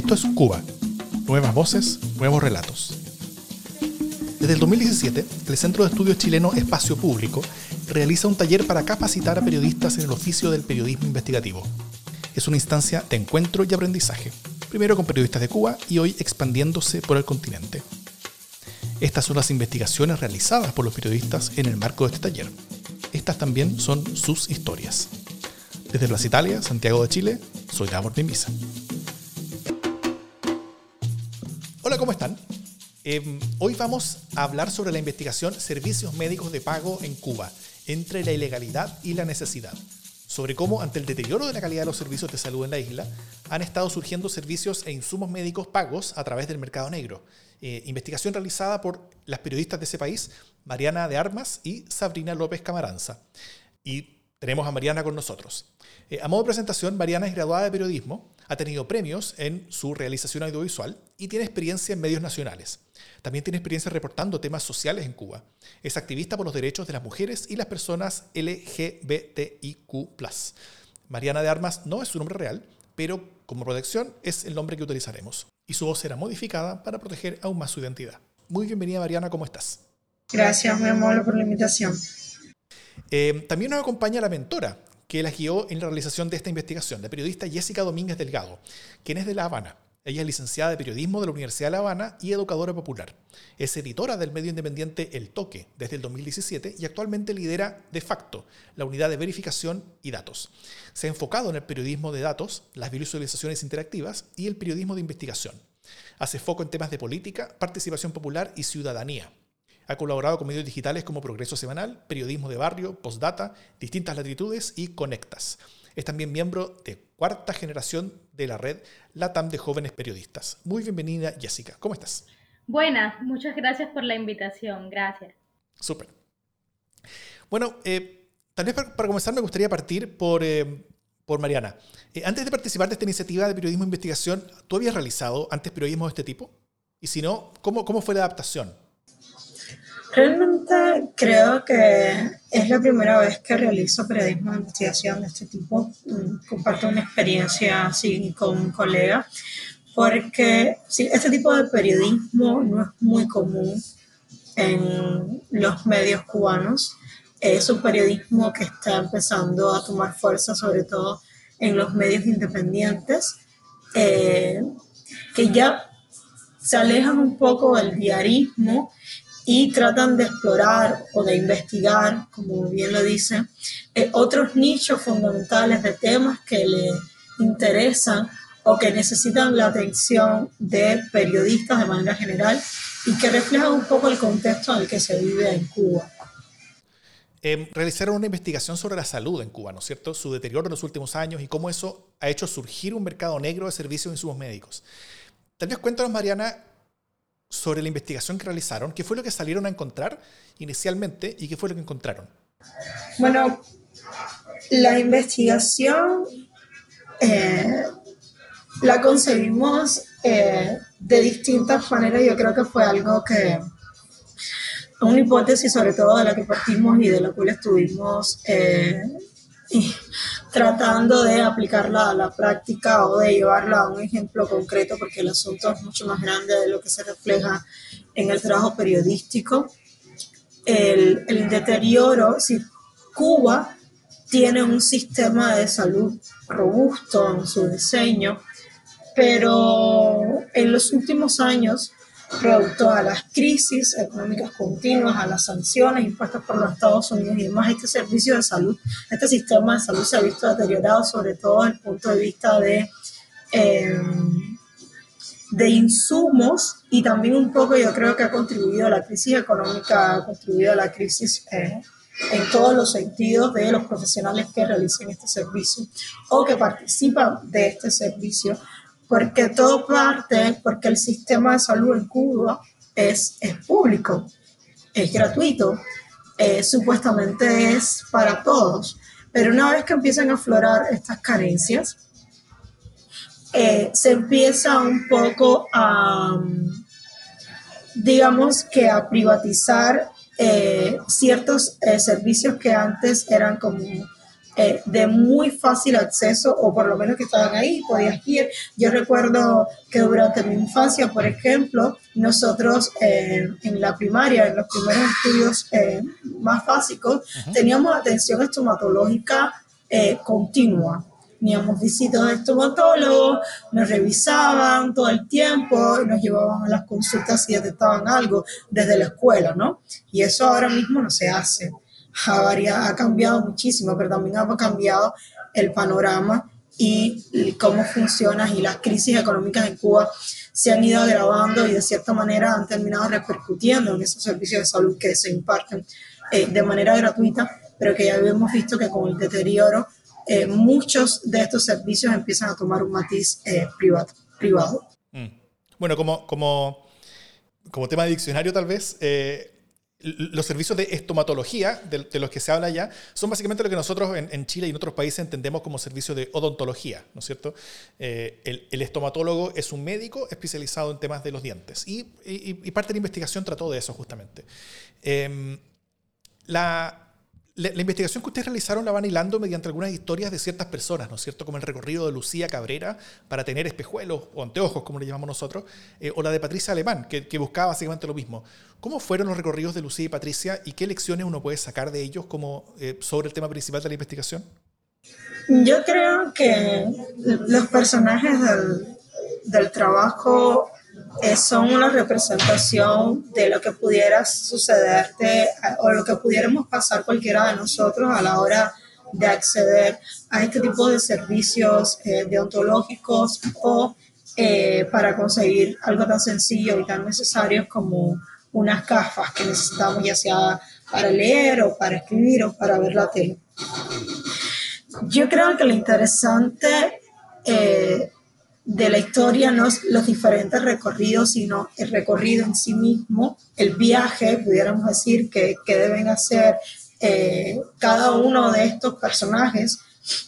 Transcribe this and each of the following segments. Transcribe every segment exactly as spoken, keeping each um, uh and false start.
Esto es Cuba. Nuevas voces, nuevos relatos. Desde el dos mil diecisiete, el Centro de Estudios Chileno Espacio Público realiza un taller para capacitar a periodistas en el oficio del periodismo investigativo. Es una instancia de encuentro y aprendizaje, primero con periodistas de Cuba y hoy expandiéndose por el continente. Estas son las investigaciones realizadas por los periodistas en el marco de este taller. Estas también son sus historias. Desde Plaza Italia, Santiago de Chile, soy Davor Nimisa. Hola, ¿cómo están? Eh, hoy vamos a hablar sobre la investigación Servicios Médicos de Pago en Cuba, entre la ilegalidad y la necesidad. Sobre cómo, ante el deterioro de la calidad de los servicios de salud en la isla, han estado surgiendo servicios e insumos médicos pagos a través del mercado negro. Eh, investigación realizada por las periodistas de ese país, Mariana de Armas y Sabrina López Camaranza. Y tenemos a Mariana con nosotros. Eh, a modo de presentación, Mariana es graduada de periodismo, ha tenido premios en su realización audiovisual y tiene experiencia en medios nacionales. También tiene experiencia reportando temas sociales en Cuba. Es activista por los derechos de las mujeres y las personas L G B T I Q plus. Mariana de Armas no es su nombre real, pero como protección es el nombre que utilizaremos. Y su voz será modificada para proteger aún más su identidad. Muy bienvenida, Mariana, ¿cómo estás? Gracias, muy amable por la invitación. Eh, también nos acompaña la mentora que la guió en la realización de esta investigación, la periodista Jessica Domínguez Delgado, quien es de La Habana. Ella es licenciada de Periodismo de la Universidad de La Habana y educadora popular. Es editora del medio independiente El Toque desde el dos mil diecisiete y actualmente lidera de facto la unidad de verificación y datos. Se ha enfocado en el periodismo de datos, las visualizaciones interactivas y el periodismo de investigación. Hace foco en temas de política, participación popular y ciudadanía. Ha colaborado con medios digitales como Progreso Semanal, Periodismo de Barrio, Postdata, Distintas Latitudes y Conectas. Es también miembro de cuarta generación de la red LATAM de jóvenes periodistas. Muy bienvenida, Jessica. ¿Cómo estás? Buenas, muchas gracias por la invitación. Gracias. Súper. Bueno, eh, tal vez para, para comenzar me gustaría partir por, eh, por Mariana. Eh, antes de participar de esta iniciativa de periodismo e investigación, ¿tú habías realizado antes periodismo de este tipo? Y si no, ¿cómo, cómo fue la adaptación? Realmente creo que es la primera vez que realizo periodismo de investigación de este tipo. Comparto una experiencia así con un colega, porque sí, este tipo de periodismo no es muy común en los medios cubanos. Es un periodismo que está empezando a tomar fuerza, sobre todo en los medios independientes, eh, que ya se alejan un poco del diarismo y tratan de explorar o de investigar, como bien lo dicen, eh, otros nichos fundamentales de temas que le interesan o que necesitan la atención de periodistas de manera general y que reflejan un poco el contexto en el que se vive en Cuba. Eh, realizaron una investigación sobre la salud en Cuba, ¿no es cierto? Su deterioro en los últimos años y cómo eso ha hecho surgir un mercado negro de servicios e insumos médicos. Tal vez cuéntanos, Mariana, sobre la investigación que realizaron, qué fue lo que salieron a encontrar inicialmente y qué fue lo que encontraron. Bueno, la investigación eh, la concebimos eh, de distintas maneras. Yo creo que fue algo que, una hipótesis sobre todo de la que partimos y de la cual estuvimos eh, y tratando de aplicarla a la práctica o de llevarla a un ejemplo concreto, porque el asunto es mucho más grande de lo que se refleja en el trabajo periodístico. El, el deterioro, si Cuba tiene un sistema de salud robusto en su diseño, pero en los últimos años, producto a las crisis económicas continuas, a las sanciones impuestas por los Estados Unidos y demás, este servicio de salud, este sistema de salud se ha visto deteriorado, sobre todo desde el punto de vista de, eh, de insumos, y también un poco yo creo que ha contribuido a la crisis económica, ha contribuido a la crisis eh, en todos los sentidos de los profesionales que realizan este servicio o que participan de este servicio, porque todo parte, porque el sistema de salud en Cuba es, es público, es gratuito, eh, supuestamente es para todos, pero una vez que empiezan a aflorar estas carencias, eh, se empieza un poco a, digamos que a privatizar eh, ciertos eh, servicios que antes eran como eh, de muy fácil acceso, o por lo menos que estaban ahí, podías ir. Yo recuerdo que durante mi infancia, por ejemplo, nosotros eh, en la primaria, en los primeros estudios eh, más básicos, uh-huh. teníamos atención estomatológica eh, continua. Teníamos visitas de estomatólogos, nos revisaban todo el tiempo, nos llevaban a las consultas si detectaban algo desde la escuela, ¿no? Y eso ahora mismo no se hace. Ha, variado, ha cambiado muchísimo, pero también ha cambiado el panorama y, y cómo funciona, y las crisis económicas en Cuba se han ido agravando y de cierta manera han terminado repercutiendo en esos servicios de salud que se imparten eh, de manera gratuita, pero que ya habíamos visto que con el deterioro Eh, muchos de estos servicios empiezan a tomar un matiz eh, privado. privado. Mm. Bueno, como, como, como tema de diccionario tal vez, eh, los servicios de estomatología, de, de los que se habla ya, son básicamente lo que nosotros en, en Chile y en otros países entendemos como servicio de odontología, ¿no es cierto? Eh, el, el estomatólogo es un médico especializado en temas de los dientes y, y, y parte de la investigación trató de eso justamente. Eh, la... La, la investigación que ustedes realizaron la van hilando mediante algunas historias de ciertas personas, ¿no es cierto? Como el recorrido de Lucía Cabrera para tener espejuelos o anteojos, como le llamamos nosotros, eh, o la de Patricia Alemán, que, que buscaba básicamente lo mismo. ¿Cómo fueron los recorridos de Lucía y Patricia y qué lecciones uno puede sacar de ellos como, eh, sobre el tema principal de la investigación? Yo creo que los personajes del, del trabajo eh, son una representación de lo que pudiera sucederte o lo que pudiéramos pasar cualquiera de nosotros a la hora de acceder a este tipo de servicios eh, deontológicos o eh, para conseguir algo tan sencillo y tan necesario como unas gafas que necesitamos, ya sea para leer o para escribir o para ver la tele. Yo creo que lo interesante eh, de la historia no es los diferentes recorridos, sino el recorrido en sí mismo, el viaje, pudiéramos decir, que, que deben hacer eh, cada uno de estos personajes,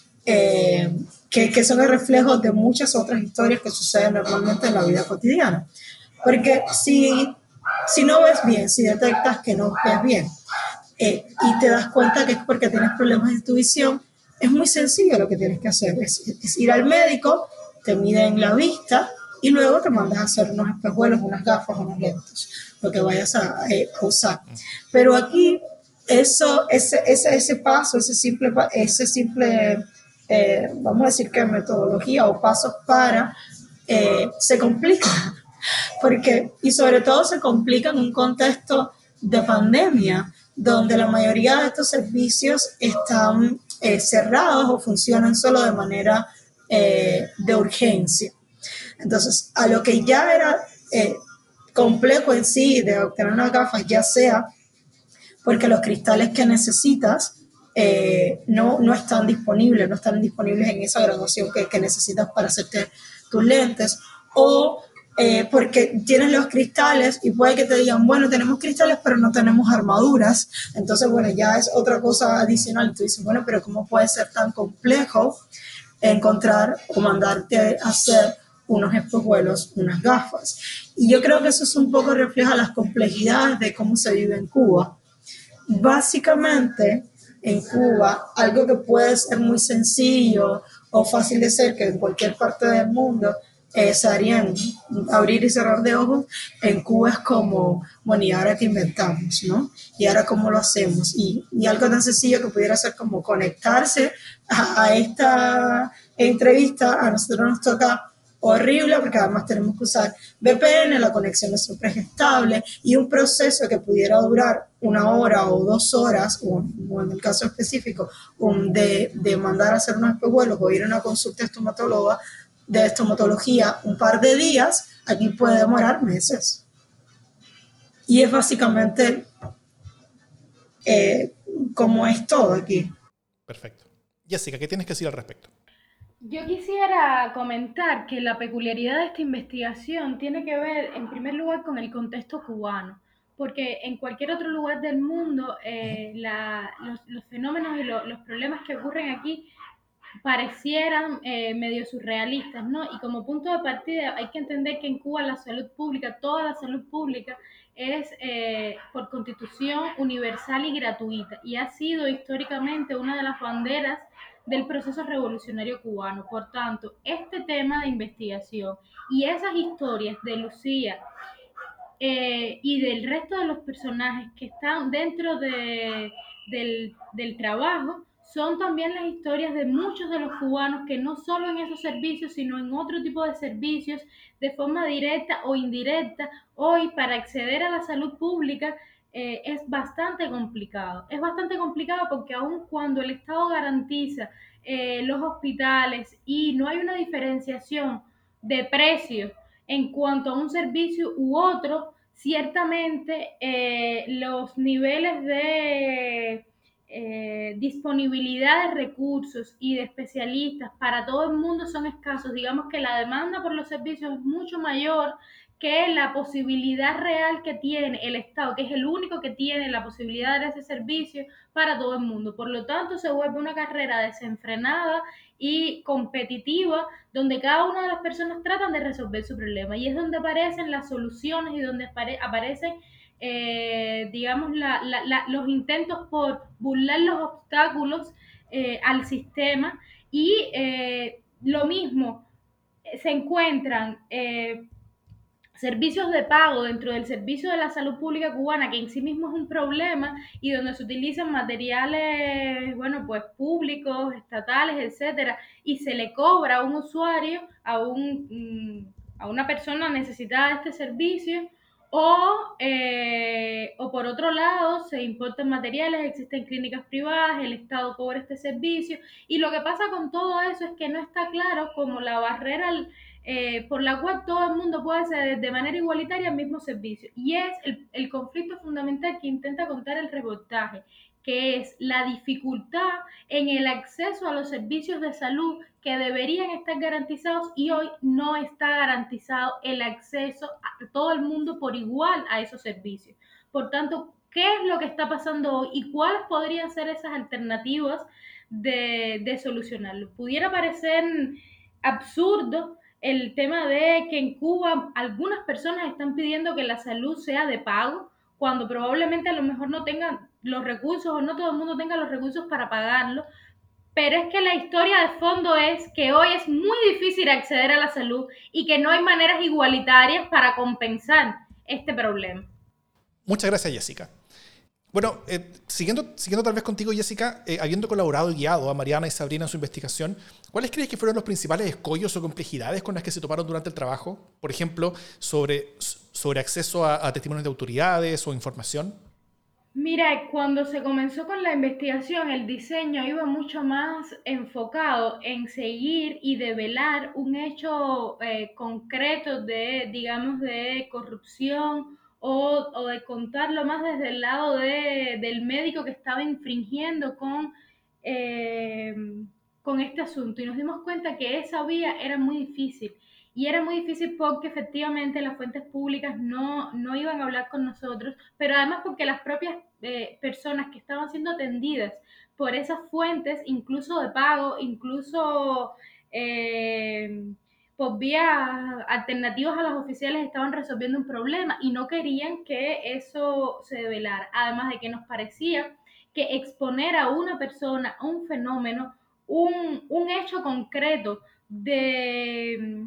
eh, que, que son el reflejo de muchas otras historias que suceden normalmente en la vida cotidiana. Porque si, si no ves bien, si detectas que no ves bien, eh, y te das cuenta que es porque tienes problemas de tu visión, es muy sencillo lo que tienes que hacer, es, es ir al médico, te miden la vista y luego te mandas a hacer unos espejuelos, unas gafas, unos lentes, lo que vayas a, eh, a usar. Pero aquí, eso, ese, ese, ese paso, ese simple, ese simple eh, vamos a decir que metodología o pasos para, eh, se complica, porque, y sobre todo se complica en un contexto de pandemia, donde la mayoría de estos servicios están eh, cerrados o funcionan solo de manera eh, de urgencia. Entonces, a lo que ya era eh, complejo en sí de obtener unas gafas, ya sea porque los cristales que necesitas eh, no, no están disponibles, no están disponibles en esa graduación que, que necesitas para hacerte tus lentes, o eh, porque tienes los cristales y puede que te digan, bueno, tenemos cristales pero no tenemos armaduras, entonces bueno, ya es otra cosa adicional. Tú dices, bueno, pero ¿cómo puede ser tan complejo encontrar o mandarte a hacer unos espejuelos, unas gafas? Y yo creo que eso es un poco refleja las complejidades de cómo se vive en Cuba. Básicamente, en Cuba, algo que puede ser muy sencillo o fácil de ser, que en cualquier parte del mundo eh, se harían abrir y cerrar de ojos, en Cuba es como, bueno, ¿y ahora qué inventamos, no? ¿Y ahora cómo lo hacemos? Y, y algo tan sencillo que pudiera ser como conectarse a, a esta entrevista, a nosotros nos toca horrible, porque además tenemos que usar V P N, la conexión no siempre es estable, y un proceso que pudiera durar una hora o dos horas, o, o en el caso específico, um, de, de mandar a hacer unos espejuelos o ir a una consulta estomatóloga, de estomatología un par de días, aquí puede demorar meses. Y es básicamente eh, como es todo aquí. Perfecto. Jessica, ¿qué tienes que decir al respecto? Yo quisiera comentar que la peculiaridad de esta investigación tiene que ver, en primer lugar, con el contexto cubano, porque en cualquier otro lugar del mundo eh, la, los, los fenómenos y lo, los problemas que ocurren aquí parecieran eh, medio surrealistas, ¿no? Y como punto de partida hay que entender que en Cuba la salud pública, toda la salud pública, es eh, por constitución universal y gratuita y ha sido históricamente una de las banderas del proceso revolucionario cubano. Por tanto, este tema de investigación y esas historias de Lucía eh, y del resto de los personajes que están dentro de, del, del trabajo son también las historias de muchos de los cubanos que no solo en esos servicios, sino en otro tipo de servicios, de forma directa o indirecta, hoy para acceder a la salud pública eh, es bastante complicado. Es bastante complicado porque aun cuando el Estado garantiza eh, los hospitales y no hay una diferenciación de precios en cuanto a un servicio u otro, ciertamente eh, los niveles de eh, disponibilidad de recursos y de especialistas para todo el mundo son escasos. Digamos que la demanda por los servicios es mucho mayor que la posibilidad real que tiene el Estado, que es el único que tiene la posibilidad de dar ese servicio para todo el mundo. Por lo tanto, se vuelve una carrera desenfrenada y competitiva, donde cada una de las personas tratan de resolver su problema. Y es donde aparecen las soluciones y donde apare aparecen, eh, digamos, la, la, la, los intentos por burlar los obstáculos eh, al sistema. Y eh, lo mismo, se encuentran eh, servicios de pago dentro del servicio de la salud pública cubana, que en sí mismo es un problema y donde se utilizan materiales, bueno, pues públicos, estatales, etcétera, y se le cobra a un usuario, a, un, a una persona necesitada de este servicio, o, eh, o por otro lado, se importan materiales, existen clínicas privadas, el Estado cobra este servicio, y lo que pasa con todo eso es que no está claro cómo la barrera al eh, por la cual todo el mundo puede acceder de manera igualitaria al mismo servicio. Y es el, el conflicto fundamental que intenta contar el reportaje, que es la dificultad en el acceso a los servicios de salud que deberían estar garantizados y hoy no está garantizado el acceso a todo el mundo por igual a esos servicios. Por tanto, ¿qué es lo que está pasando hoy y cuáles podrían ser esas alternativas de, de solucionarlo? Pudiera parecer absurdo el tema de que en Cuba algunas personas están pidiendo que la salud sea de pago, cuando probablemente a lo mejor no tengan los recursos o no todo el mundo tenga los recursos para pagarlo, pero es que la historia de fondo es que hoy es muy difícil acceder a la salud y que no hay maneras igualitarias para compensar este problema. Muchas gracias, Jessica. Bueno, eh, siguiendo, siguiendo tal vez contigo, Jessica, eh, habiendo colaborado y guiado a Mariana y Sabrina en su investigación, ¿cuáles crees que fueron los principales escollos o complejidades con las que se toparon durante el trabajo? Por ejemplo, sobre, sobre acceso a, a testimonios de autoridades o información. Mira, cuando se comenzó con la investigación, el diseño iba mucho más enfocado en seguir y develar un hecho eh, concreto de, digamos, de corrupción o, o de contarlo más desde el lado de, del médico que estaba infringiendo con, eh, con este asunto. Y nos dimos cuenta que esa vía era muy difícil. Y era muy difícil porque efectivamente las fuentes públicas no, no iban a hablar con nosotros, pero además porque las propias eh, personas que estaban siendo atendidas por esas fuentes, incluso de pago, incluso eh, por vías alternativas a las oficiales, estaban resolviendo un problema y no querían que eso se develara. Además de que nos parecía que exponer a una persona, a un fenómeno, un, un hecho concreto de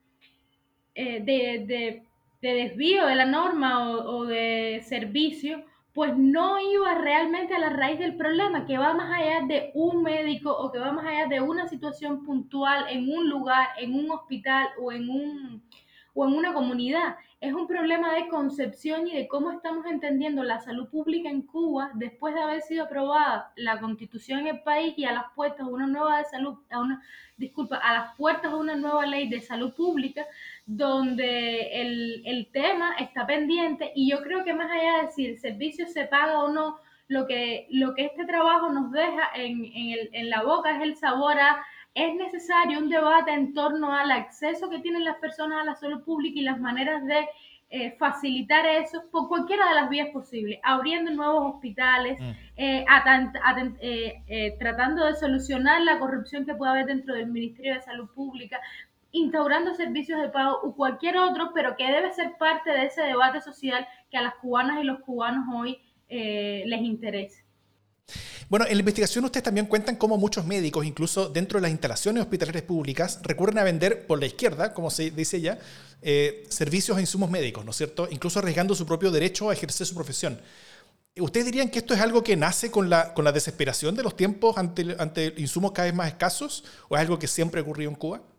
eh, de, de, de, desvío de la norma o, o de servicio, pues no iba realmente a la raíz del problema, que va más allá de un médico o que va más allá de una situación puntual en un lugar, en un hospital o en un o en una comunidad. Es un problema de concepción y de cómo estamos entendiendo la salud pública en Cuba después de haber sido aprobada la constitución en el país y a las puertas de una nueva de salud, a una, disculpa, a las puertas de una nueva ley de salud pública, donde el, el tema está pendiente y yo creo que más allá de si el servicio se paga o no, lo que, lo que este trabajo nos deja en, en, el, en la boca es el sabor a es necesario un debate en torno al acceso que tienen las personas a la salud pública y las maneras de eh, facilitar eso por cualquiera de las vías posibles, abriendo nuevos hospitales, mm. eh, atent, atent, eh, eh, tratando de solucionar la corrupción que puede haber dentro del Ministerio de Salud Pública, instaurando servicios de pago o cualquier otro, pero que debe ser parte de ese debate social que a las cubanas y los cubanos hoy eh, les interesa. Bueno, en la investigación ustedes también cuentan cómo muchos médicos, incluso dentro de las instalaciones hospitalarias públicas, recurren a vender por la izquierda, como se dice ella, eh, servicios e insumos médicos, ¿no es cierto? Incluso arriesgando su propio derecho a ejercer su profesión. ¿Ustedes dirían que esto es algo que nace con la, con la desesperación de los tiempos ante, ante insumos cada vez más escasos, o es algo que siempre ha ocurrido en Cuba?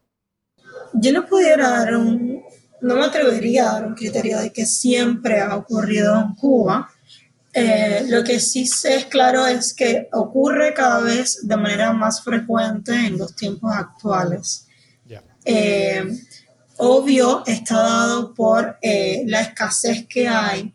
Yo no pudiera dar un, no me atrevería a dar un criterio de que siempre ha ocurrido en Cuba. Eh, lo que sí sé es claro es que ocurre cada vez de manera más frecuente en los tiempos actuales. Yeah. Eh, obvio, está dado por eh, la escasez que hay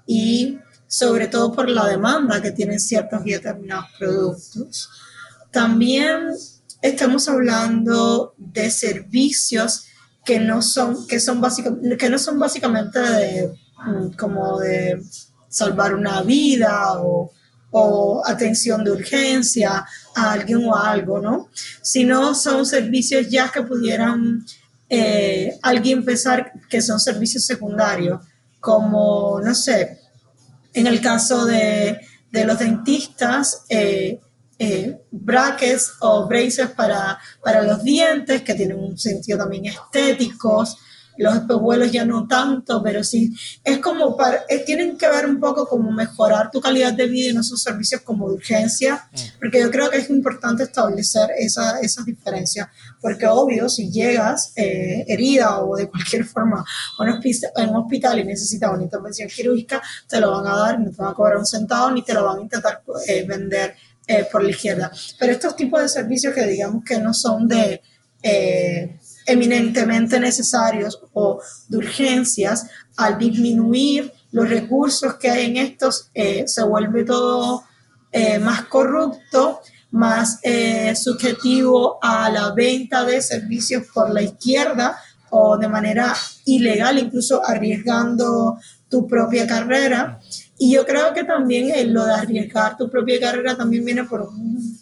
y sobre todo por la demanda que tienen ciertos y determinados productos. También estamos hablando de servicios que no son, que son, básicamente, que no son básicamente de, como de salvar una vida o, o atención de urgencia a alguien o a algo, ¿no? Sino son servicios ya que pudieran eh, alguien pensar que son servicios secundarios, como, no sé, en el caso de, de los dentistas, eh, eh, brackets o braces para, para los dientes, que tienen un sentido también estético. Los espejuelos ya no tanto, pero sí, es como para, eh, tienen que ver un poco como mejorar tu calidad de vida y no son servicios como de urgencia, porque yo creo que es importante establecer esa, esas diferencias, porque obvio, si llegas eh, herida o de cualquier forma a un, hospital, a un hospital y necesitas una intervención quirúrgica, te lo van a dar, no te van a cobrar un centavo, ni te lo van a intentar eh, vender eh, por la izquierda. Pero estos tipos de servicios que digamos que no son de... Eh, eminentemente necesarios o de urgencias, al disminuir los recursos que hay en estos, eh, se vuelve todo eh, más corrupto, más eh, subjetivo a la venta de servicios por la izquierda o de manera ilegal, incluso arriesgando tu propia carrera. Y yo creo que también eh, lo de arriesgar tu propia carrera también viene por un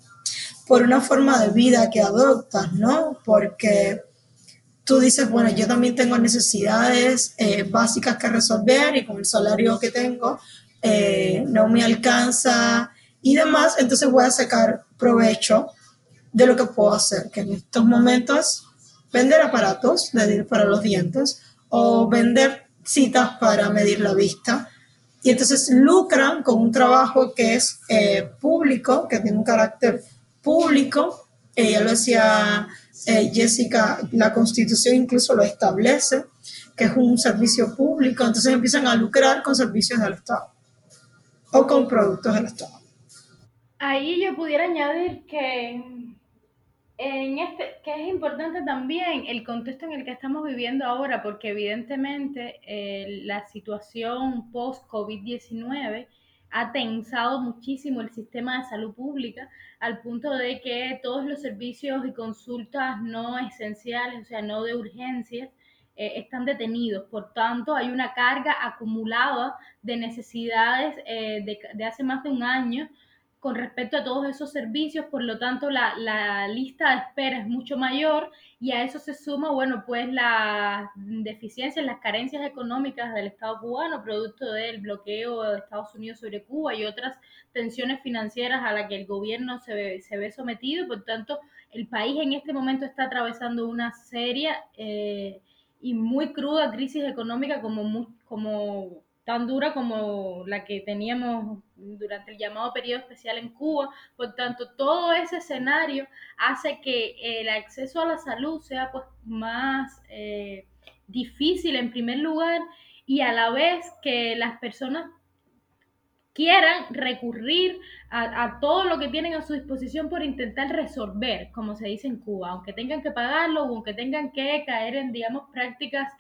por una forma de vida que adoptas, ¿no? Porque tú dices, bueno, yo también tengo necesidades eh, básicas que resolver y con el salario que tengo eh, no me alcanza y demás, entonces voy a sacar provecho de lo que puedo hacer, que en estos momentos vender aparatos de, para los dientes o vender citas para medir la vista. Y entonces lucran con un trabajo que es eh, público, que tiene un carácter público, eh, ya lo decía eh, Jessica, la Constitución incluso lo establece, que es un servicio público, entonces empiezan a lucrar con servicios del Estado o con productos del Estado. Ahí yo pudiera añadir que, en este, que es importante también el contexto en el que estamos viviendo ahora, porque evidentemente eh, la situación post-COVID diecinueve ha tensado muchísimo el sistema de salud pública al punto de que todos los servicios y consultas no esenciales, o sea, no de urgencias, eh, están detenidos. Por tanto, hay una carga acumulada de necesidades eh, de, de hace más de un año con respecto a todos esos servicios, por lo tanto la, la lista de espera es mucho mayor y a eso se suma, bueno, pues las deficiencias, las carencias económicas del Estado cubano, producto del bloqueo de Estados Unidos sobre Cuba y otras tensiones financieras a las que el gobierno se ve, se ve sometido. Por tanto, el país en este momento está atravesando una seria eh, y muy cruda crisis económica como, como tan dura como la que teníamos durante el llamado periodo especial en Cuba. Por tanto, todo ese escenario hace que el acceso a la salud sea pues más eh, difícil en primer lugar y a la vez que las personas quieran recurrir a, a todo lo que tienen a su disposición por intentar resolver, como se dice en Cuba, aunque tengan que pagarlo o aunque tengan que caer en, digamos, prácticas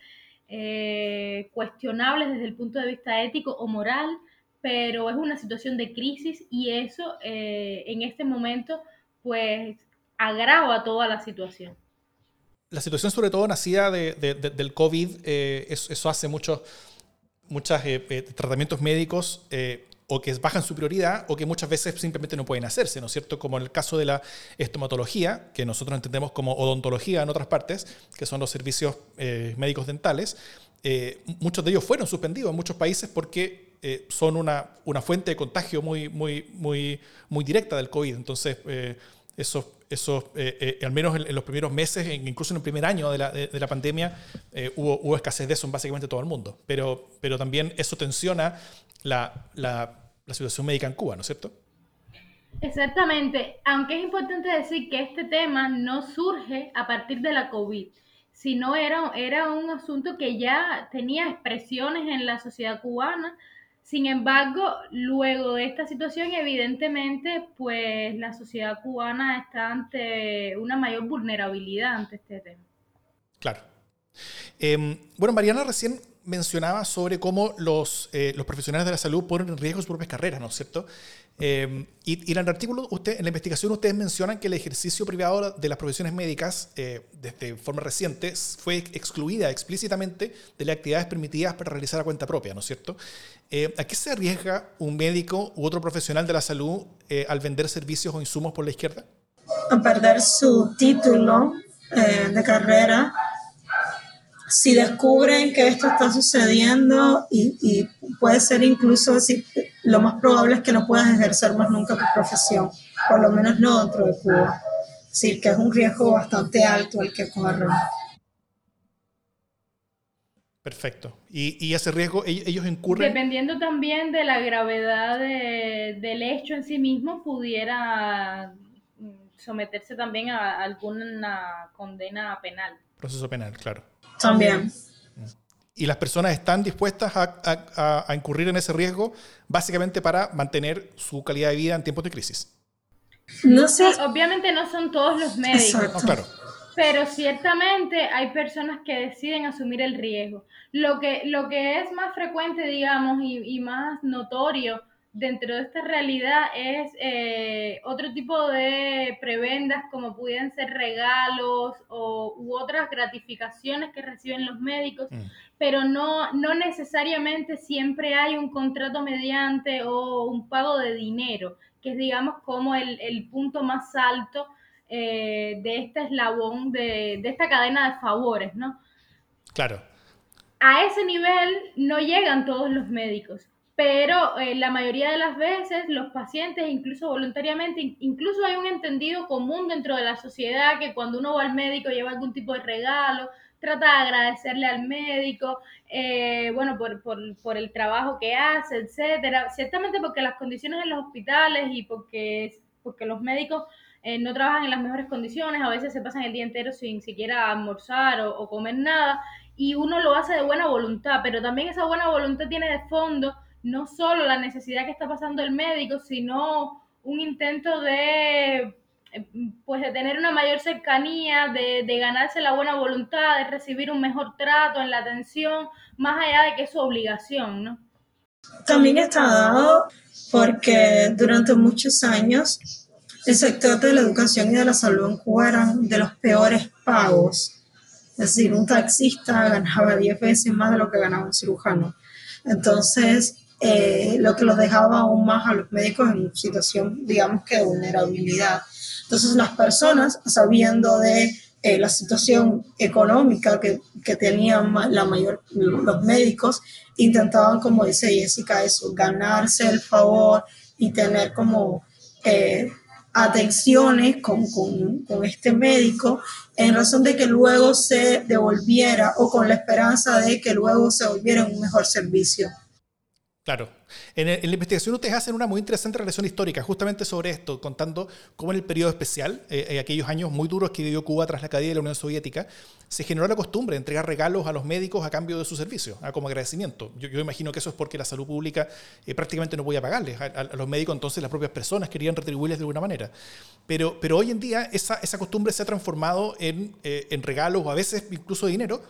Eh, cuestionables desde el punto de vista ético o moral, pero es una situación de crisis y eso eh, en este momento pues agrava toda la situación. La situación sobre todo nacida de, de, de, del COVID, eh, eso, eso hace muchos muchos eh, eh, tratamientos médicos eh, o que bajan su prioridad o que muchas veces simplemente no pueden hacerse, ¿no es cierto? Como en el caso de la estomatología, que nosotros entendemos como odontología en otras partes, que son los servicios eh, médicos dentales. Eh, muchos de ellos fueron suspendidos en muchos países porque eh, son una, una fuente de contagio muy, muy, muy, muy directa del COVID. Entonces, eh, eso, eso eh, eh, al menos en, en los primeros meses, incluso en el primer año de la, de, de la pandemia, eh, hubo, hubo escasez de eso en básicamente todo el mundo. Pero, pero también eso tensiona la, la, la situación médica en Cuba, ¿no es cierto? Exactamente, aunque es importante decir que este tema no surge a partir de la COVID, sino era, era un asunto que ya tenía expresiones en la sociedad cubana. Sin embargo, luego de esta situación, evidentemente, pues la sociedad cubana está ante una mayor vulnerabilidad ante este tema. Claro. Eh, bueno, Mariana recién mencionaba sobre cómo los, eh, los profesionales de la salud ponen en riesgo sus propias carreras, ¿no es cierto? Eh, y, y en el artículo, usted, en la investigación, ustedes mencionan que el ejercicio privado de las profesiones médicas, eh, desde forma reciente, fue excluida explícitamente de las actividades permitidas para realizar a cuenta propia, ¿no es cierto? Eh, ¿A qué se arriesga un médico u otro profesional de la salud eh, al vender servicios o insumos por la izquierda? A perder su título eh, de carrera si descubren que esto está sucediendo y, y puede ser incluso decir, lo más probable es que no puedas ejercer más nunca tu profesión, por lo menos no dentro de Cuba. Es decir, que es un riesgo bastante alto el que corren. Perfecto. Y, y ese riesgo, ellos incurren... Dependiendo también de la gravedad de, del hecho en sí mismo, pudiera someterse también a alguna condena penal. Proceso penal, claro. También. Y las personas están dispuestas a, a, a incurrir en ese riesgo básicamente para mantener su calidad de vida en tiempos de crisis. No sé. Sí, obviamente no son todos los médicos. No, claro. Pero ciertamente hay personas que deciden asumir el riesgo. Lo que, lo que es más frecuente, digamos, y, y más notorio dentro de esta realidad es eh, otro tipo de prebendas, como pudieran ser regalos o, u otras gratificaciones que reciben los médicos, mm. pero no, no necesariamente siempre hay un contrato mediante o un pago de dinero, que es, digamos, como el, el punto más alto Eh, de este eslabón, de, de esta cadena de favores, ¿no? Claro. A ese nivel no llegan todos los médicos, pero eh, la mayoría de las veces los pacientes, incluso voluntariamente, incluso hay un entendido común dentro de la sociedad que cuando uno va al médico lleva algún tipo de regalo, trata de agradecerle al médico, eh, bueno, por, por, por el trabajo que hace, etcétera. Ciertamente porque las condiciones en los hospitales y porque, porque los médicos Eh, no trabajan en las mejores condiciones, a veces se pasan el día entero sin siquiera almorzar o, o comer nada, y uno lo hace de buena voluntad, pero también esa buena voluntad tiene de fondo no solo la necesidad que está pasando el médico, sino un intento de, pues, de tener una mayor cercanía, de, de ganarse la buena voluntad, de recibir un mejor trato en la atención, más allá de que es su obligación, ¿no? También está dado porque durante muchos años el sector de la educación y de la salud en Cuba eran de los peores pagos. Es decir, un taxista ganaba diez veces más de lo que ganaba un cirujano. Entonces, eh, lo que los dejaba aún más a los médicos en situación, digamos que de vulnerabilidad. Entonces, las personas, sabiendo de eh, la situación económica que, que tenían la mayor, los médicos, intentaban, como dice Jessica, eso, ganarse el favor y tener como... Eh, atenciones con, con, con este médico en razón de que luego se devolviera o con la esperanza de que luego se volviera un mejor servicio. Claro. En, el, en la investigación ustedes hacen una muy interesante relación histórica justamente sobre esto, contando cómo en el periodo especial, eh, en aquellos años muy duros que vivió Cuba tras la caída de la Unión Soviética, se generó la costumbre de entregar regalos a los médicos a cambio de su servicio, ¿eh? Como agradecimiento. Yo, yo imagino que eso es porque la salud pública eh, prácticamente no podía pagarles. A, a, a los médicos entonces las propias personas querían retribuirles de alguna manera. Pero, pero hoy en día esa, esa costumbre se ha transformado en, eh, en regalos o a veces incluso dinero,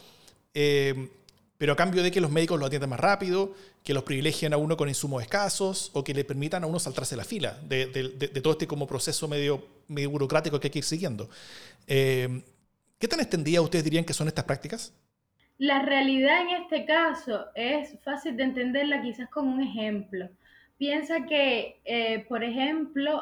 eh, pero a cambio de que los médicos lo atiendan más rápido, que los privilegien a uno con insumos escasos o que le permitan a uno saltarse la fila de, de, de, de todo este como proceso medio, medio burocrático que hay que ir siguiendo. Eh, ¿Qué tan extendidas ustedes dirían que son estas prácticas? La realidad en este caso es fácil de entenderla quizás como un ejemplo. Piensa que, eh, por ejemplo,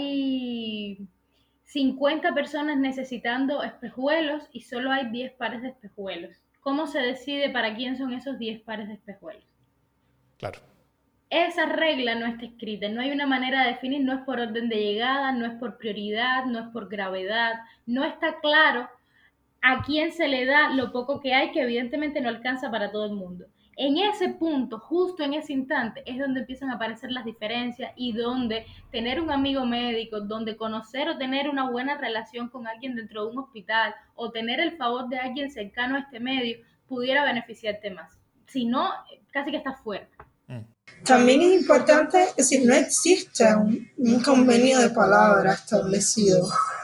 hay cincuenta personas necesitando espejuelos y solo hay diez pares de espejuelos. ¿Cómo se decide para quién son esos diez pares de espejuelos? Claro. Esa regla no está escrita, no hay una manera de definir, no es por orden de llegada, no es por prioridad, no es por gravedad, no está claro a quién se le da lo poco que hay, que evidentemente no alcanza para todo el mundo. En ese punto, justo en ese instante, es donde empiezan a aparecer las diferencias y donde tener un amigo médico, donde conocer o tener una buena relación con alguien dentro de un hospital o tener el favor de alguien cercano a este medio pudiera beneficiarte más. Si no, casi que estás fuera. Mm. También es importante, es decir, no existe un, un convenio de palabra establecido.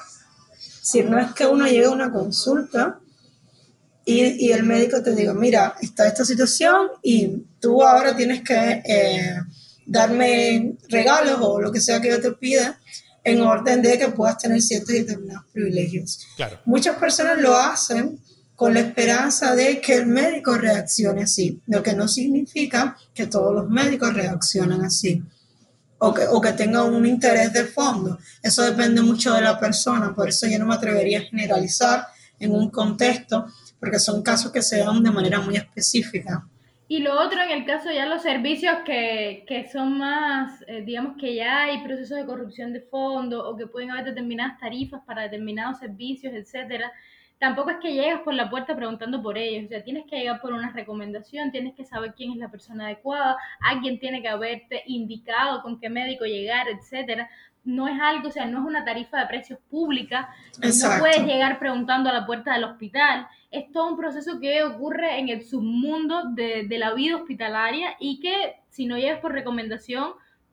Es decir, no es que uno llegue a una consulta y, y el médico te diga, mira, está esta situación y tú ahora tienes que eh, darme regalos o lo que sea que yo te pida en orden de que puedas tener ciertos y determinados privilegios. Claro. Muchas personas lo hacen con la esperanza de que el médico reaccione así, lo que no significa que todos los médicos reaccionan así. O que, o que tenga un interés de fondo. Eso depende mucho de la persona, por eso yo no me atrevería a generalizar en un contexto, porque son casos que se dan de manera muy específica. Y lo otro, en el caso ya los servicios que, que son más, eh, digamos que ya hay procesos de corrupción de fondo o que pueden haber determinadas tarifas para determinados servicios, etcétera. Tampoco es que llegas por la puerta preguntando por ellos, o sea, tienes que llegar por una recomendación, tienes que saber quién es la persona adecuada, alguien tiene que haberte indicado con qué médico llegar, etcétera. No es algo, o sea, no es una tarifa de precios pública, no puedes Exacto. llegar preguntando a la puerta del hospital, es todo un proceso que ocurre en el submundo de, de la vida hospitalaria y que si no llegas por recomendación,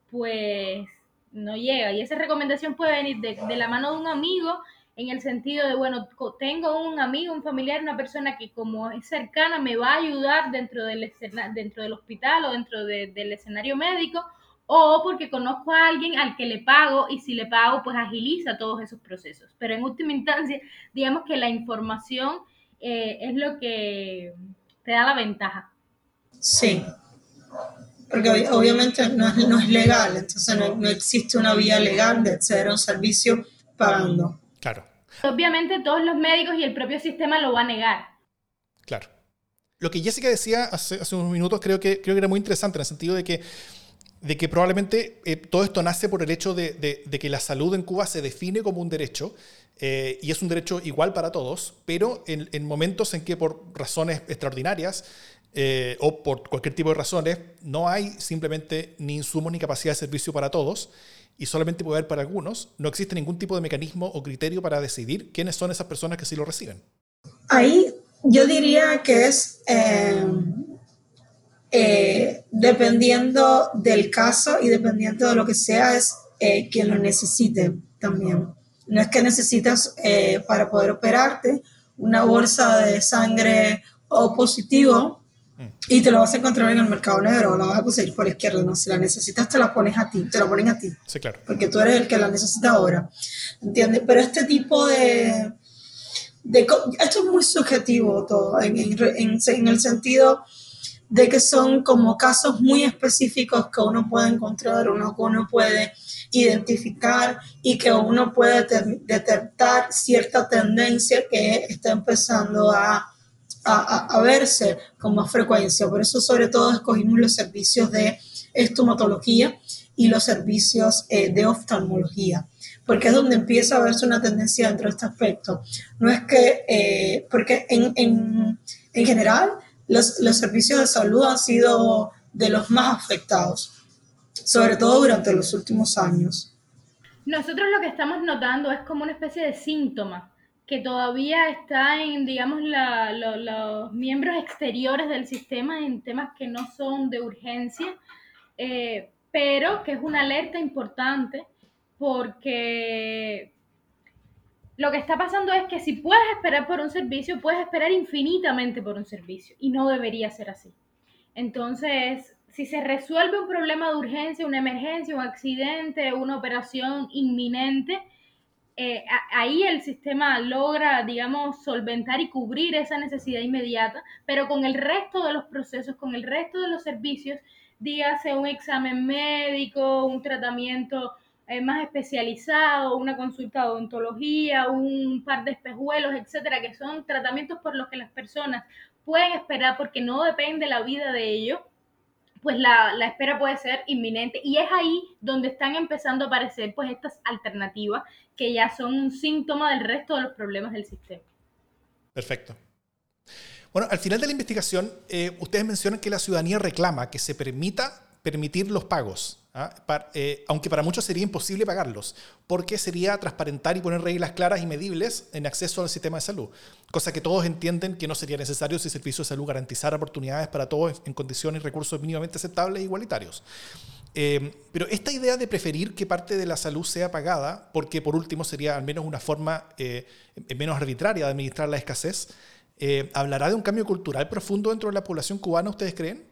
pues no llega. Y esa recomendación puede venir de, de la mano de un amigo, en el sentido de, bueno, tengo un amigo, un familiar, una persona que como es cercana me va a ayudar dentro del, escena, dentro del hospital o dentro de, del escenario médico, o porque conozco a alguien al que le pago y si le pago, pues agiliza todos esos procesos. Pero en última instancia, digamos que la información eh, es lo que te da la ventaja. Sí, porque ob- obviamente no es, no es legal, entonces no, no existe una vía legal de acceder a un servicio pagando. Claro. Obviamente todos los médicos y el propio sistema lo va a negar. Claro. Lo que Jessica decía hace, hace unos minutos creo que, creo que era muy interesante en el sentido de que, de que probablemente eh, todo esto nace por el hecho de, de, de que la salud en Cuba se define como un derecho eh, y es un derecho igual para todos, pero en, en momentos en que por razones extraordinarias eh, o por cualquier tipo de razones no hay simplemente ni insumos ni capacidad de servicio para todos y solamente puede haber para algunos, no existe ningún tipo de mecanismo o criterio para decidir quiénes son esas personas que sí lo reciben. Ahí yo diría que es eh, eh, dependiendo del caso y dependiendo de lo que sea, es eh, quien lo necesite también. No es que necesitas eh, para poder operarte una bolsa de sangre O positivo y te lo vas a encontrar en el mercado negro o la vas a conseguir por la izquierda. No, si la necesitas te la pones a ti, te la ponen a ti. Sí, claro. Porque tú eres el que la necesita ahora. ¿Entiendes? Pero este tipo de... de esto es muy subjetivo todo, en, en, en, en el sentido de que son como casos muy específicos que uno puede encontrar, uno, que uno puede identificar y que uno puede detectar cierta tendencia que está empezando a, a, a verse con más frecuencia. Por eso sobre todo escogimos los servicios de estomatología y los servicios eh, de oftalmología, porque es donde empieza a verse una tendencia dentro de este aspecto. No es que, eh, porque en, en, en general, Los, los servicios de salud han sido de los más afectados, sobre todo durante los últimos años. Nosotros lo que estamos notando es como una especie de síntoma que todavía está en, digamos, la, lo, los miembros exteriores del sistema en temas que no son de urgencia, eh, pero que es una alerta importante porque lo que está pasando es que si puedes esperar por un servicio, puedes esperar infinitamente por un servicio y no debería ser así. Entonces, si se resuelve un problema de urgencia, una emergencia, un accidente, una operación inminente, eh, ahí el sistema logra, digamos, solventar y cubrir esa necesidad inmediata, pero con el resto de los procesos, con el resto de los servicios, dígase un examen médico, un tratamiento eh, más especializado, una consulta de odontología, un par de espejuelos, etcétera, que son tratamientos por los que las personas pueden esperar porque no depende la vida de ellos, pues la, la espera puede ser inminente, y es ahí donde están empezando a aparecer pues estas alternativas que ya son un síntoma del resto de los problemas del sistema. Perfecto. Bueno, al final de la investigación, eh, ustedes mencionan que la ciudadanía reclama que se permita permitir los pagos, ¿ah? Para, eh, aunque para muchos sería imposible pagarlos, porque sería transparentar y poner reglas claras y medibles en acceso al sistema de salud, cosa que todos entienden que no sería necesario si el servicio de salud garantizara oportunidades para todos en condiciones y recursos mínimamente aceptables e igualitarios. Eh, pero esta idea de preferir que parte de la salud sea pagada, porque por último sería al menos una forma eh, menos arbitraria de administrar la escasez, eh, ¿hablará de un cambio cultural profundo dentro de la población cubana, ustedes creen?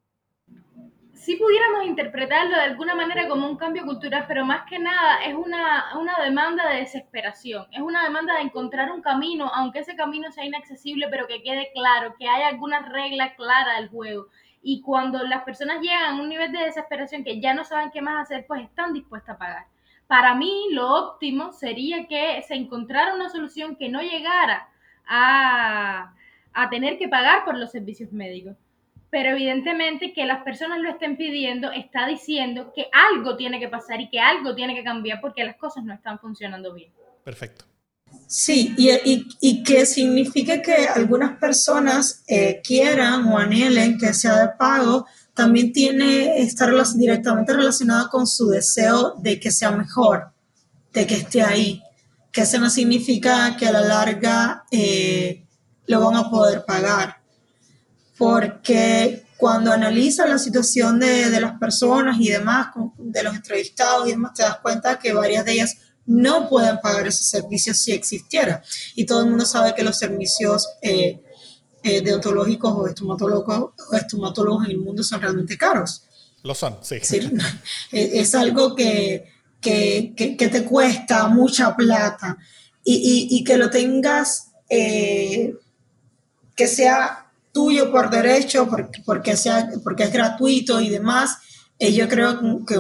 Sí pudiéramos interpretarlo de alguna manera como un cambio cultural, pero más que nada es una, una demanda de desesperación, es una demanda de encontrar un camino, aunque ese camino sea inaccesible, pero que quede claro, que haya alguna regla clara del juego. Y cuando las personas llegan a un nivel de desesperación que ya no saben qué más hacer, pues están dispuestas a pagar. Para mí, lo óptimo sería que se encontrara una solución que no llegara a, a tener que pagar por los servicios médicos. Pero evidentemente que las personas lo estén pidiendo está diciendo que algo tiene que pasar y que algo tiene que cambiar porque las cosas no están funcionando bien. Perfecto. Sí, y, y, y que signifique que algunas personas eh, quieran o anhelen que sea de pago, también tiene estar directamente relacionado con su deseo de que sea mejor, de que esté ahí, que eso no significa que a la larga eh, lo van a poder pagar, porque cuando analizas la situación de, de las personas y demás, de los entrevistados y demás, te das cuenta que varias de ellas no pueden pagar esos servicios si existiera. Y todo el mundo sabe que los servicios eh, eh, deontológicos o estomatólogos, o estomatólogos en el mundo son realmente caros. Lo son, sí. Es decir, es algo que, que, que, que te cuesta mucha plata y, y, y que lo tengas, eh, que sea tuyo por derecho, porque, porque, sea, porque es gratuito y demás, eh, yo creo que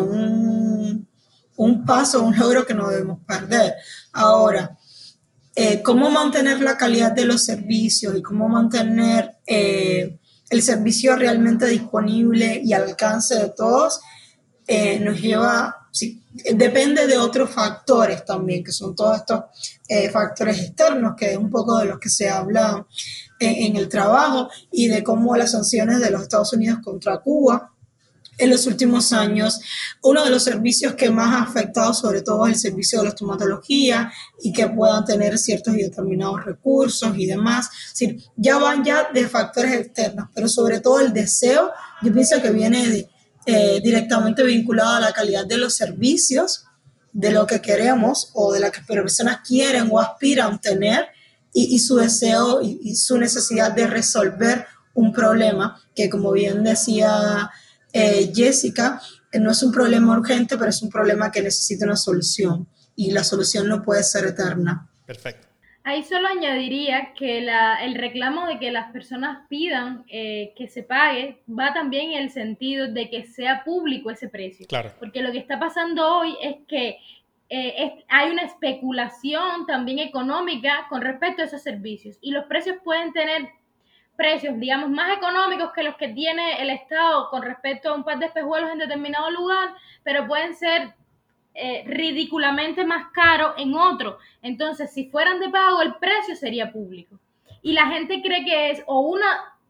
un, un paso, un logro que no debemos perder. Ahora, eh, ¿cómo mantener la calidad de los servicios y cómo mantener eh, el servicio realmente disponible y al alcance de todos? Eh, nos lleva, sí, depende de otros factores también, que son todos estos eh, factores externos, que es un poco de los que se habla eh, en el trabajo, y de cómo las sanciones de los Estados Unidos contra Cuba en los últimos años, uno de los servicios que más ha afectado sobre todo es el servicio de la estomatología y que puedan tener ciertos y determinados recursos y demás. Es decir, ya van ya de factores externos, pero sobre todo el deseo, yo pienso que viene de Eh, directamente vinculado a la calidad de los servicios, de lo que queremos o de lo que las personas quieren o aspiran tener, y, y su deseo y, y su necesidad de resolver un problema que, como bien decía eh, Jessica, eh, no es un problema urgente, pero es un problema que necesita una solución y la solución no puede ser eterna. Perfecto. Ahí solo añadiría que la, el reclamo de que las personas pidan eh, que se pague va también en el sentido de que sea público ese precio. Claro. Porque lo que está pasando hoy es que eh, es, hay una especulación también económica con respecto a esos servicios. Y los precios pueden tener precios, digamos, más económicos que los que tiene el Estado con respecto a un par de espejuelos en determinado lugar, pero pueden ser Eh, ridículamente más caro en otro. Entonces, si fueran de pago, el precio sería público. Y la gente cree que es, o una,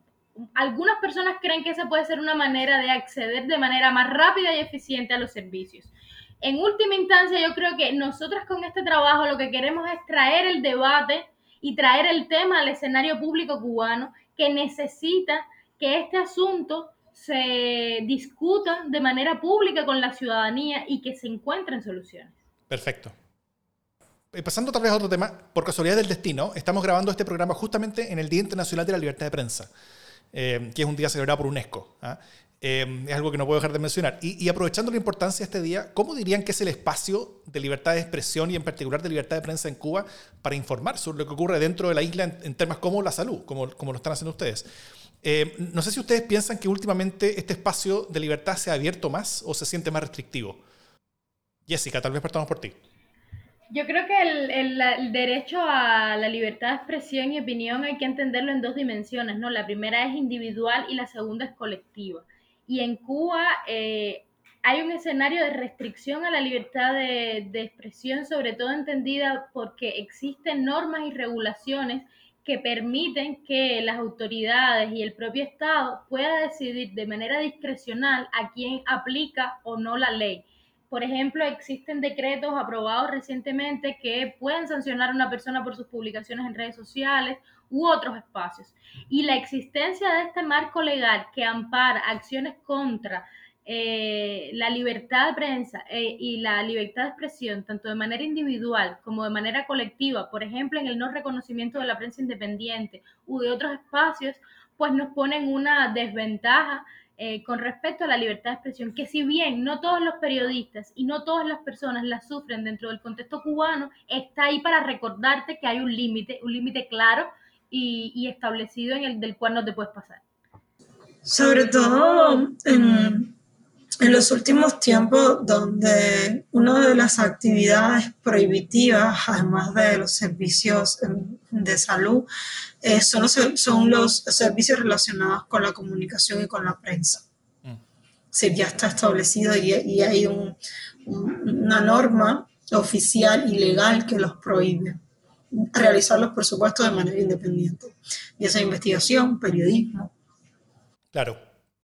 algunas personas creen que esa puede ser una manera de acceder de manera más rápida y eficiente a los servicios. En última instancia, yo creo que nosotros con este trabajo lo que queremos es traer el debate y traer el tema al escenario público cubano, que necesita que este asunto se discuta de manera pública con la ciudadanía y que se encuentren soluciones. Perfecto. Pasando tal vez a otro tema, por casualidad del destino, estamos grabando este programa justamente en el Día Internacional de la Libertad de Prensa, eh, que es un día celebrado por UNESCO. ¿ah? Eh, es algo que no puedo dejar de mencionar. Y, y aprovechando la importancia de este día, ¿cómo dirían que es el espacio de libertad de expresión y en particular de libertad de prensa en Cuba para informar sobre lo que ocurre dentro de la isla en, en temas como la salud, como, como lo están haciendo ustedes? Eh, no sé si ustedes piensan que últimamente este espacio de libertad se ha abierto más o se siente más restrictivo. Jessica, tal vez partamos por ti. Yo creo que el, el, el derecho a la libertad de expresión y opinión hay que entenderlo en dos dimensiones, ¿no? La primera es individual y la segunda es colectiva. Y en Cuba eh, hay un escenario de restricción a la libertad de, de expresión, sobre todo entendida porque existen normas y regulaciones que permiten que las autoridades y el propio Estado pueda decidir de manera discrecional a quién aplica o no la ley. Por ejemplo, existen decretos aprobados recientemente que pueden sancionar a una persona por sus publicaciones en redes sociales u otros espacios. Y la existencia de este marco legal que ampara acciones contra eh, la libertad de prensa eh, y la libertad de expresión, tanto de manera individual como de manera colectiva, por ejemplo, en el no reconocimiento de la prensa independiente u de otros espacios, pues nos pone en una desventaja Eh, con respecto a la libertad de expresión, que si bien no todos los periodistas y no todas las personas la sufren dentro del contexto cubano, está ahí para recordarte que hay un límite, un límite claro y, y establecido en el del cual no te puedes pasar. Sobre todo en, en los últimos tiempos, donde una de las actividades prohibitivas, además de los servicios de salud, eh, son, los, son los servicios relacionados con la comunicación y con la prensa. Mm. Sí, ya está establecido y, y hay un, un, una norma oficial y legal que los prohíbe. Realizarlos, por supuesto, de manera independiente. Y esa investigación, periodismo. Claro.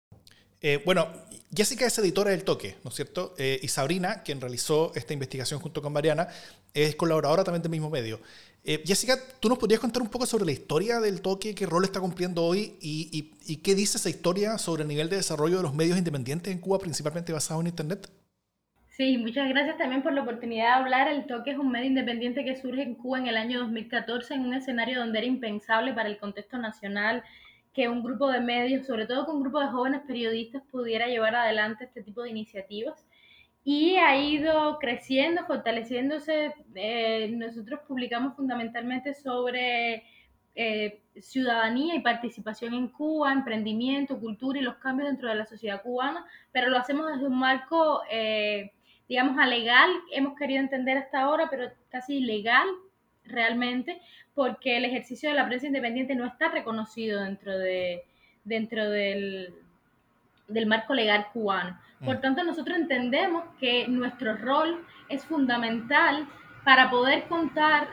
Eh, bueno, Jessica es editora del Toque, ¿no es cierto? Eh, y Sabrina, quien realizó esta investigación junto con Mariana, es colaboradora también del mismo medio. Eh, Jessica, ¿tú nos podrías contar un poco sobre la historia del Toque, qué rol está cumpliendo hoy y, y, y qué dice esa historia sobre el nivel de desarrollo de los medios independientes en Cuba, principalmente basados en Internet? Sí, muchas gracias también por la oportunidad de hablar. El Toque es un medio independiente que surge en Cuba en el año dos mil catorce, en un escenario donde era impensable para el contexto nacional que un grupo de medios, sobre todo con un grupo de jóvenes periodistas, pudiera llevar adelante este tipo de iniciativas. Y ha ido creciendo, fortaleciéndose. Eh, nosotros publicamos fundamentalmente sobre eh, ciudadanía y participación en Cuba, emprendimiento, cultura y los cambios dentro de la sociedad cubana, pero lo hacemos desde un marco, eh, digamos, alegal. Hemos querido entender hasta ahora, pero casi legal realmente, porque el ejercicio de la prensa independiente no está reconocido dentro, de, dentro del, del marco legal cubano. Por tanto, nosotros entendemos que nuestro rol es fundamental para poder contar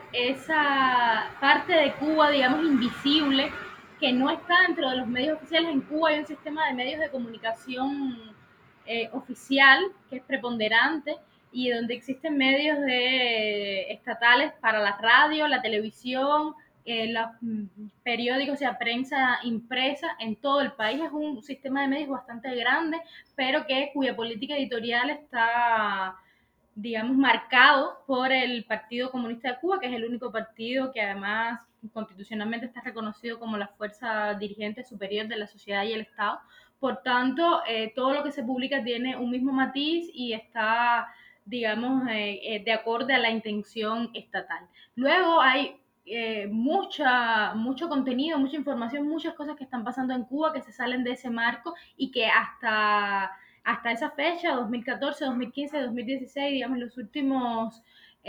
esa parte de Cuba, digamos, invisible, que no está dentro de los medios oficiales. En Cuba hay un sistema de medios de comunicación eh, oficial que es preponderante y donde existen medios de, estatales para la radio, la televisión, eh, los periódicos, o sea, prensa impresa en todo el país. Es un sistema de medios bastante grande, pero que cuya política editorial está, digamos, marcado por el Partido Comunista de Cuba, que es el único partido que además constitucionalmente está reconocido como la fuerza dirigente superior de la sociedad y el Estado. Por tanto, eh, todo lo que se publica tiene un mismo matiz y está, digamos, eh, eh, de acorde a la intención estatal. Luego hay eh, mucha, mucho contenido, mucha información, muchas cosas que están pasando en Cuba que se salen de ese marco y que hasta, hasta esa fecha, dos mil catorce, dos mil quince, dos mil dieciséis, digamos, los últimos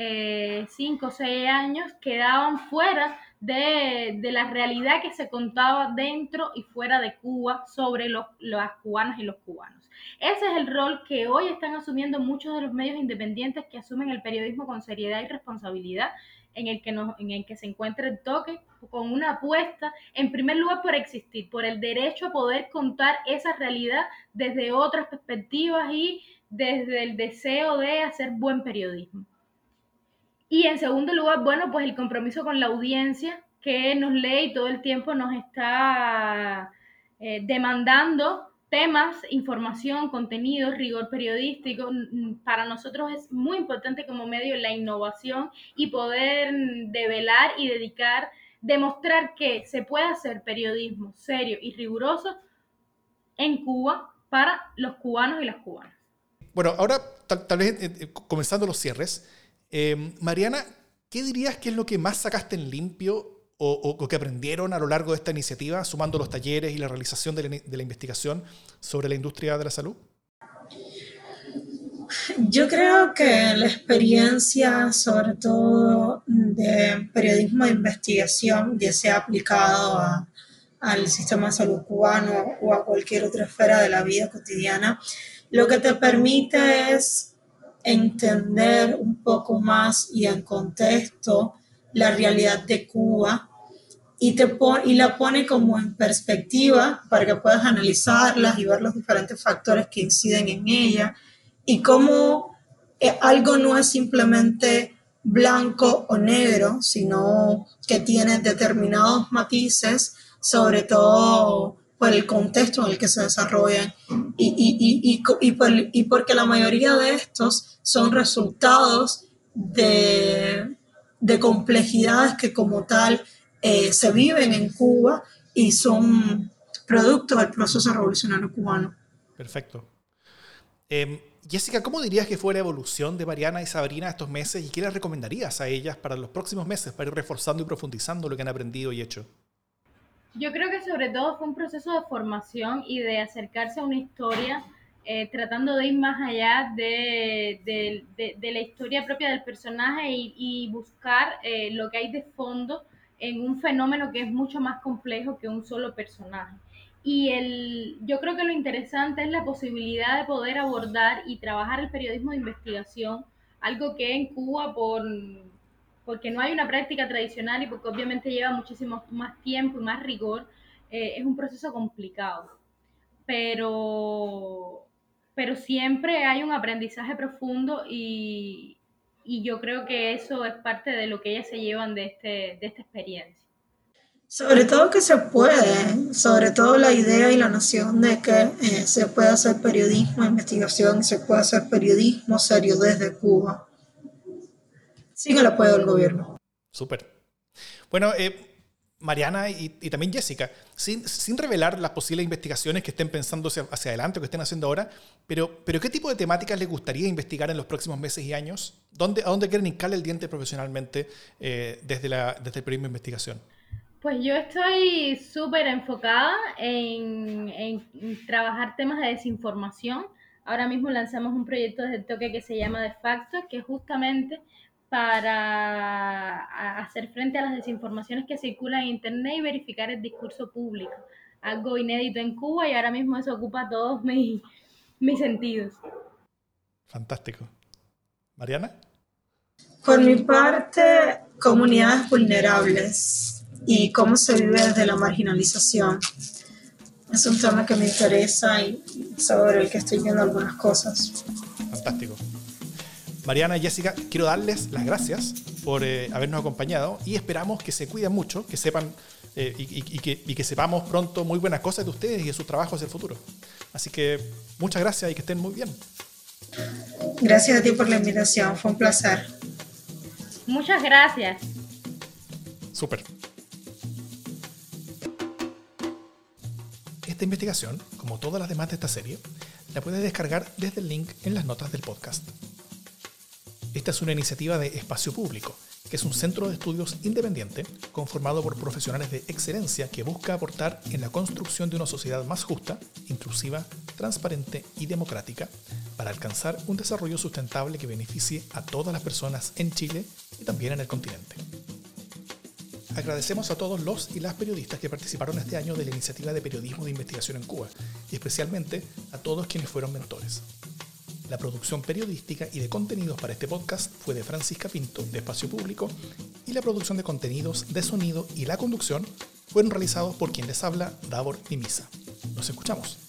cinco o seis años quedaban fuera de, de la realidad que se contaba dentro y fuera de Cuba sobre los, las cubanas y los cubanos. Ese es el rol que hoy están asumiendo muchos de los medios independientes que asumen el periodismo con seriedad y responsabilidad, en el que, nos, en el que se encuentra el Toque, con una apuesta, en primer lugar, por existir, por el derecho a poder contar esa realidad desde otras perspectivas y desde el deseo de hacer buen periodismo. Y en segundo lugar, bueno, pues el compromiso con la audiencia que nos lee y todo el tiempo nos está eh, demandando temas, información, contenido, rigor periodístico. Para nosotros es muy importante como medio la innovación y poder develar y dedicar, demostrar que se puede hacer periodismo serio y riguroso en Cuba para los cubanos y las cubanas. Bueno, ahora tal, tal vez eh, comenzando los cierres, eh, Mariana, ¿qué dirías que es lo que más sacaste en limpio o, o que aprendieron a lo largo de esta iniciativa, sumando los talleres y la realización de la, de la investigación sobre la industria de la salud? Yo creo que la experiencia, sobre todo de periodismo de investigación, ya sea aplicado a, al sistema de salud cubano o a cualquier otra esfera de la vida cotidiana, lo que te permite es entender un poco más y en contexto la realidad de Cuba y, te pon, y la pone como en perspectiva para que puedas analizarlas y ver los diferentes factores que inciden en ella y cómo eh, algo no es simplemente blanco o negro, sino que tiene determinados matices, sobre todo por el contexto en el que se desarrollan y, y, y, y, y, por, y porque la mayoría de estos son resultados de, de complejidades que como tal eh, se viven en Cuba y son producto del proceso revolucionario cubano. Perfecto. Eh, Jessica, ¿cómo dirías que fue la evolución de Mariana y Sabrina estos meses y qué les recomendarías a ellas para los próximos meses para ir reforzando y profundizando lo que han aprendido y hecho? Yo creo que sobre todo fue un proceso de formación y de acercarse a una historia eh, tratando de ir más allá de, de, de, de la historia propia del personaje y, y buscar eh, lo que hay de fondo en un fenómeno que es mucho más complejo que un solo personaje. Y el, yo creo que lo interesante es la posibilidad de poder abordar y trabajar el periodismo de investigación, algo que en Cuba por... porque no hay una práctica tradicional y porque obviamente lleva muchísimo más tiempo y más rigor, eh, es un proceso complicado. Pero, pero siempre hay un aprendizaje profundo y, y yo creo que eso es parte de lo que ellas se llevan de, este, de esta experiencia. Sobre todo que se puede, sobre todo la idea y la noción de que eh, se puede hacer periodismo, investigación, se puede hacer periodismo serio desde Cuba, sin el apoyo del gobierno. Súper. Bueno, eh, Mariana y, y también Jessica, sin, sin revelar las posibles investigaciones que estén pensando hacia, hacia adelante o que estén haciendo ahora, pero, pero ¿qué tipo de temáticas les gustaría investigar en los próximos meses y años? ¿Dónde, ¿A dónde quieren hincarle el diente profesionalmente eh, desde, la, desde el periodismo de investigación? Pues yo estoy súper enfocada en, en trabajar temas de desinformación. Ahora mismo lanzamos un proyecto desde el Toque que se llama De Facto, que es justamente para hacer frente a las desinformaciones que circulan en Internet y verificar el discurso público. Algo inédito en Cuba y ahora mismo eso ocupa todos mis, mis sentidos. Fantástico. ¿Mariana? Por mi parte, comunidades vulnerables y cómo se vive desde la marginalización. Es un tema que me interesa y sobre el que estoy viendo algunas cosas. Fantástico. Mariana y Jessica, quiero darles las gracias por eh, habernos acompañado y esperamos que se cuiden mucho, que sepan eh, y, y, y, que, y que sepamos pronto muy buenas cosas de ustedes y de sus trabajos hacia el futuro. Así que muchas gracias y que estén muy bien. Gracias a ti por la invitación, fue un placer. Muchas gracias. Súper. Esta investigación, como todas las demás de esta serie, la puedes descargar desde el link en las notas del podcast. Esta es una iniciativa de Espacio Público, que es un centro de estudios independiente conformado por profesionales de excelencia que busca aportar en la construcción de una sociedad más justa, inclusiva, transparente y democrática para alcanzar un desarrollo sustentable que beneficie a todas las personas en Chile y también en el continente. Agradecemos a todos los y las periodistas que participaron este año de la iniciativa de periodismo de investigación en Cuba y especialmente a todos quienes fueron mentores. La producción periodística y de contenidos para este podcast fue de Francisca Pinto, de Espacio Público, y la producción de contenidos de sonido y la conducción fueron realizados por quien les habla, Davor Mimisa. Nos escuchamos.